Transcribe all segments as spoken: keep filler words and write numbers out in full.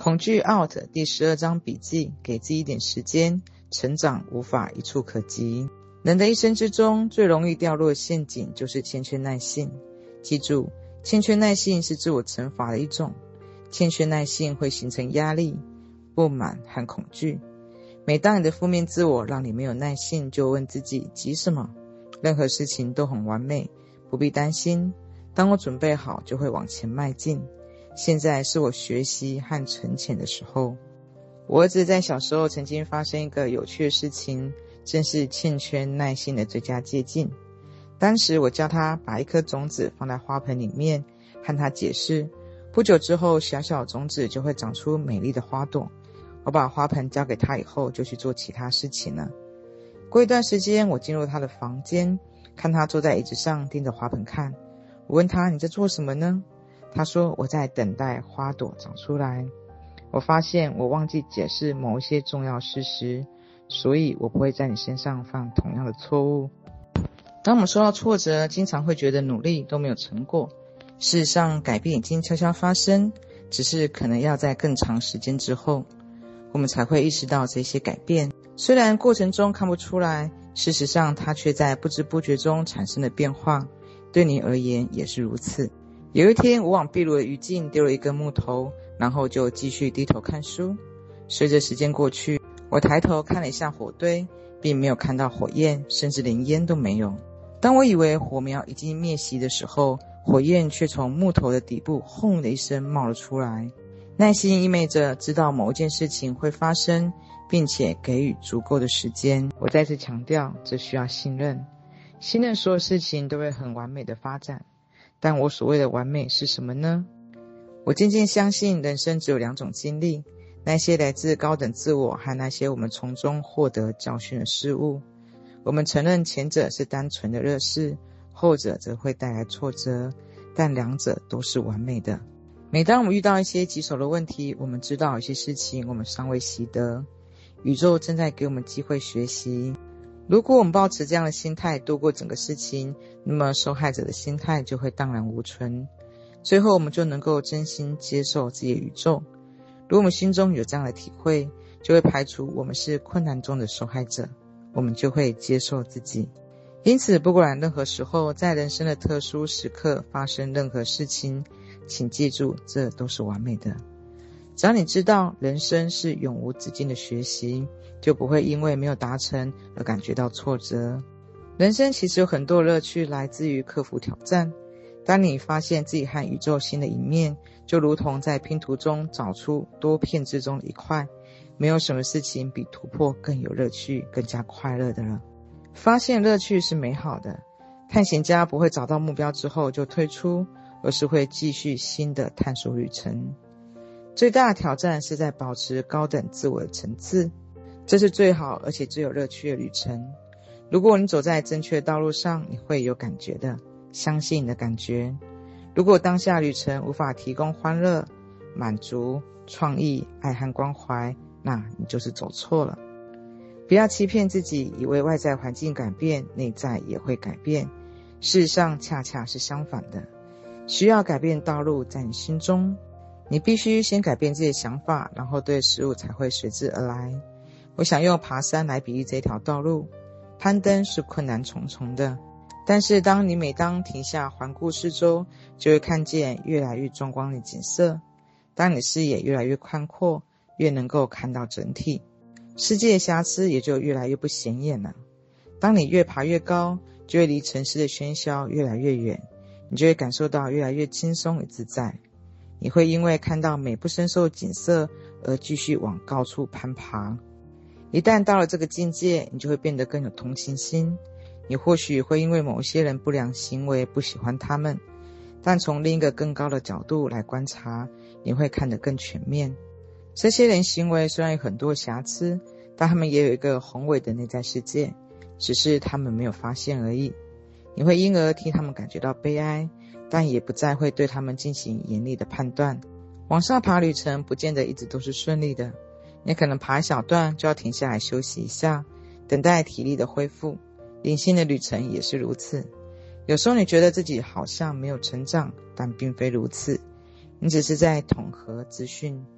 恐惧 out 第十二章笔记，给自己一点时间，成长无法一触可及。人的一生之中，最容易掉入的陷阱就是欠缺耐性。记住，欠缺耐性是自我惩罚的一种。欠缺耐性会形成压力、不满和恐惧。每当你的负面自我让你没有耐性，就问自己急什么？任何事情都很完美，不必担心。当我准备好，就会往前迈进。现在是我学习和沉潜的时候。我儿子在小时候曾经发生一个有趣的事情，正是欠缺耐性的最佳借鉴。当时我教他把一颗种子放在花盆里面，和他解释，不久之后小小种子就会长出美丽的花朵。我把花盆交给他以后，就去做其他事情了。过一段时间，我进入他的房间，看他坐在椅子上盯着花盆看。我问他，你在做什么呢？他说，我在等待花朵长出来。我发现我忘记解释某一些重要事实，所以我不会在你身上犯同样的错误。当我们受到挫折，经常会觉得努力都没有成果。事实上，改变已经悄悄发生，只是可能要在更长时间之后，我们才会意识到这些改变。虽然过程中看不出来，事实上它却在不知不觉中产生了变化。对你而言也是如此。有一天，我往壁炉的余烬丢了一根木头，然后就继续低头看书。随着时间过去，我抬头看了一下火堆，并没有看到火焰，甚至连烟都没有。当我以为火苗已经灭熄的时候，火焰却从木头的底部轰的一声冒了出来。耐心意味着知道某一件事情会发生，并且给予足够的时间。我再次强调，这需要信任。信任所有事情都会很完美的发展。但我所谓的完美是什么呢？我渐渐相信人生只有两种经历，那些来自高等自我和那些我们从中获得教训的事物。我们承认前者是单纯的乐事，后者则会带来挫折，但两者都是完美的。每当我们遇到一些棘手的问题，我们知道有些事情我们尚未习得，宇宙正在给我们机会学习。如果我们抱持这样的心态度过整个事情，那么受害者的心态就会荡然无存，最后我们就能够真心接受自己的宇宙。如果我们心中有这样的体会，就会排除我们是困难中的受害者，我们就会接受自己。因此，不管任何时候，在人生的特殊时刻发生任何事情，请记住，这都是完美的。只要你知道人生是永无止境的学习，就不会因为没有达成而感觉到挫折。人生其实有很多乐趣来自于克服挑战。当你发现自己和宇宙新的一面，就如同在拼图中找出多片之中的一块，没有什么事情比突破更有乐趣、更加快乐的了。发现乐趣是美好的，探险家不会找到目标之后就退出，而是会继续新的探索旅程。最大的挑战是在保持高等自我的层次，这是最好而且最有乐趣的旅程。如果你走在正确的道路上，你会有感觉的，相信你的感觉。如果当下旅程无法提供欢乐、满足、创意、爱和关怀，那你就是走错了。不要欺骗自己，以为外在环境改变，内在也会改变。事实上恰恰是相反的，需要改变道路在你心中。你必须先改变自己的想法，然后对事物才会随之而来。我想用爬山来比喻这条道路。攀登是困难重重的，但是当你每当停下环顾四周，就会看见越来越壮观的景色。当你视野越来越宽阔，越能够看到整体，世界的瑕疵也就越来越不显眼了。当你越爬越高，就会离城市的喧嚣越来越远，你就会感受到越来越轻松与自在。你会因为看到美不胜收的景色而继续往高处攀爬。一旦到了这个境界，你就会变得更有同情心。你或许会因为某些人不良行为不喜欢他们，但从另一个更高的角度来观察，你会看得更全面。这些人行为虽然有很多瑕疵，但他们也有一个宏伟的内在世界，只是他们没有发现而已。你会因而替他们感觉到悲哀，但也不再会对他们进行严厉的判断。往上爬旅程不见得一直都是顺利的，你可能爬一小段就要停下来休息一下，等待体力的恢复。灵性的旅程也是如此，有时候你觉得自己好像没有成长，但并非如此，你只是在统合资讯。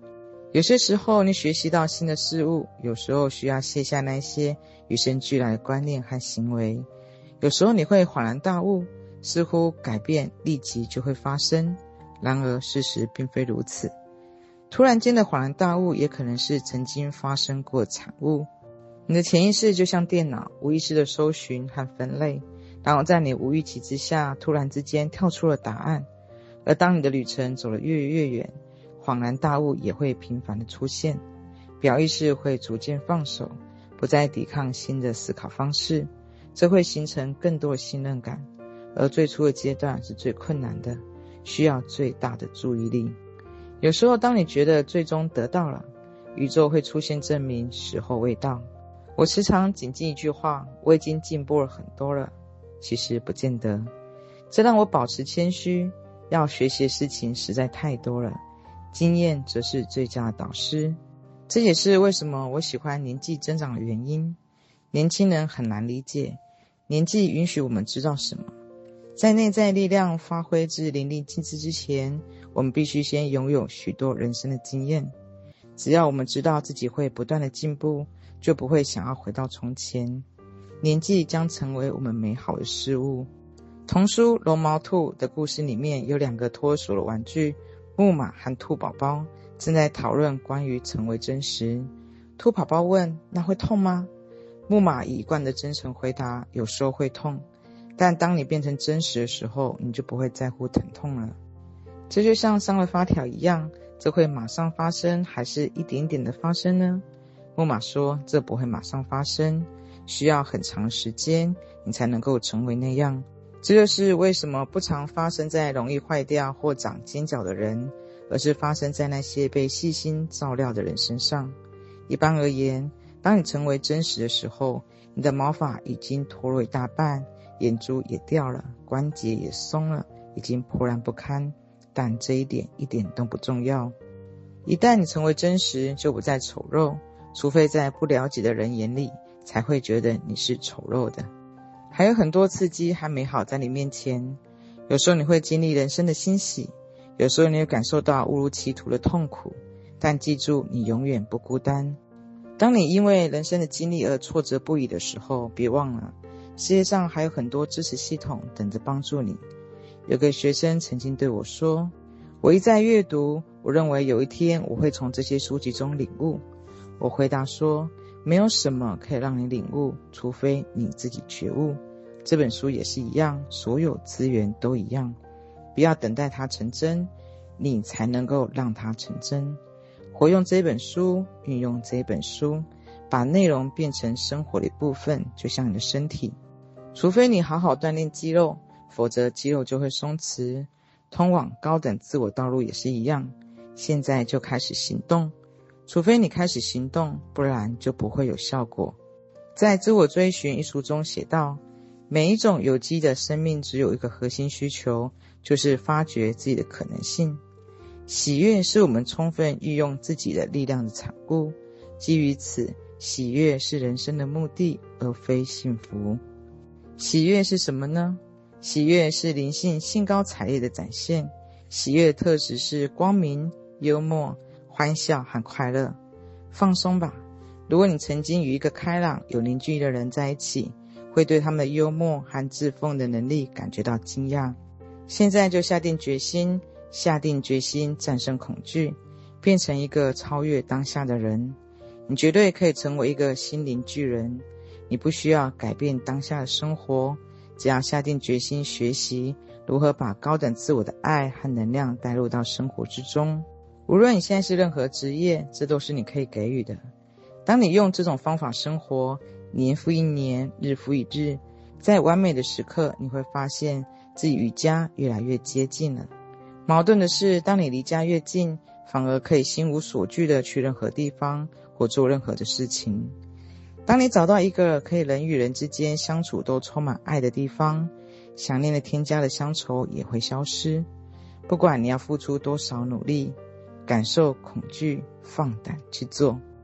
有些时候你学习到新的事物，有时候需要卸下那些与生俱来的观念和行为，有时候你会恍然大悟，似乎改变立即就会发生，然而事实并非如此。突然间的恍然大悟也可能是曾经发生过的产物。你的潜意识就像电脑，无意识的搜寻和分类，然后在你无预期之下突然之间跳出了答案。而当你的旅程走得越越远，恍然大悟也会频繁的出现，表意识会逐渐放手，不再抵抗新的思考方式，这会形成更多的信任感。而最初的阶段是最困难的，需要最大的注意力。有时候当你觉得最终得到了，宇宙会出现证明时候未到。我时常谨记一句话，我已经进步了很多了，其实不见得。这让我保持谦虚，要学习的事情实在太多了，经验则是最佳的导师。这也是为什么我喜欢年纪增长的原因。年轻人很难理解，年纪允许我们知道什么。在内在力量发挥至淋漓尽致之前，我们必须先拥有许多人生的经验。只要我们知道自己会不断的进步，就不会想要回到从前。年纪将成为我们美好的事物。童书《龙毛兔》的故事里面有两个脱手的玩具，木马和兔宝宝正在讨论关于成为真实。兔宝宝问：那会痛吗？木马以一贯的真诚回答：有时候会痛，但当你变成真实的时候，你就不会在乎疼痛了。这就像伤了发条一样，这会马上发生还是一点点的发生呢？木马说，这不会马上发生，需要很长时间你才能够成为那样。这就是为什么不常发生在容易坏掉或长尖角的人，而是发生在那些被细心照料的人身上。一般而言，当你成为真实的时候，你的毛发已经脱落一大半，眼珠也掉了，关节也松了，已经破烂不堪，但这一点一点都不重要。一旦你成为真实，就不再丑陋，除非在不了解的人眼里才会觉得你是丑陋的。还有很多刺激和美好在你面前，有时候你会经历人生的欣喜，有时候你会感受到误入歧途的痛苦，但记住，你永远不孤单。当你因为人生的经历而挫折不已的时候，别忘了世界上还有很多支持系统等着帮助你。有个学生曾经对我说，我一再阅读，我认为有一天我会从这些书籍中领悟。我回答说，没有什么可以让你领悟，除非你自己觉悟。这本书也是一样，所有资源都一样，不要等待它成真，你才能够让它成真。活用这本书，运用这本书，把内容变成生活的一部分，就像你的身体。除非你好好锻炼肌肉，否则肌肉就会松弛。通往高等自我道路也是一样，现在就开始行动。除非你开始行动，不然就不会有效果。在《自我追寻》一书中写道，每一种有机的生命只有一个核心需求，就是发掘自己的可能性。喜悦是我们充分运用自己的力量的产物，基于此，喜悦是人生的目的，而非幸福。喜悦是什么呢？喜悦是灵性兴高采烈的展现。喜悦的特质是光明、幽默、欢笑和快乐。放松吧，如果你曾经与一个开朗有凝聚力的人在一起，会对他们的幽默和自奉的能力感觉到惊讶。现在就下定决心，下定决心战胜恐惧，变成一个超越当下的人。你绝对可以成为一个心灵巨人。你不需要改变当下的生活，只要下定决心学习如何把高等自我的爱和能量带入到生活之中。无论你现在是任何职业，这都是你可以给予的。当你用这种方法生活，年复一年，日复一日，在完美的时刻，你会发现自己与家越来越接近了。矛盾的是，当你离家越近，反而可以心无所惧地去任何地方或做任何的事情。当你找到一个可以人与人之间相处都充满爱的地方，想念的添加的乡愁也会消失。不管你要付出多少努力，感受恐惧，放胆去做。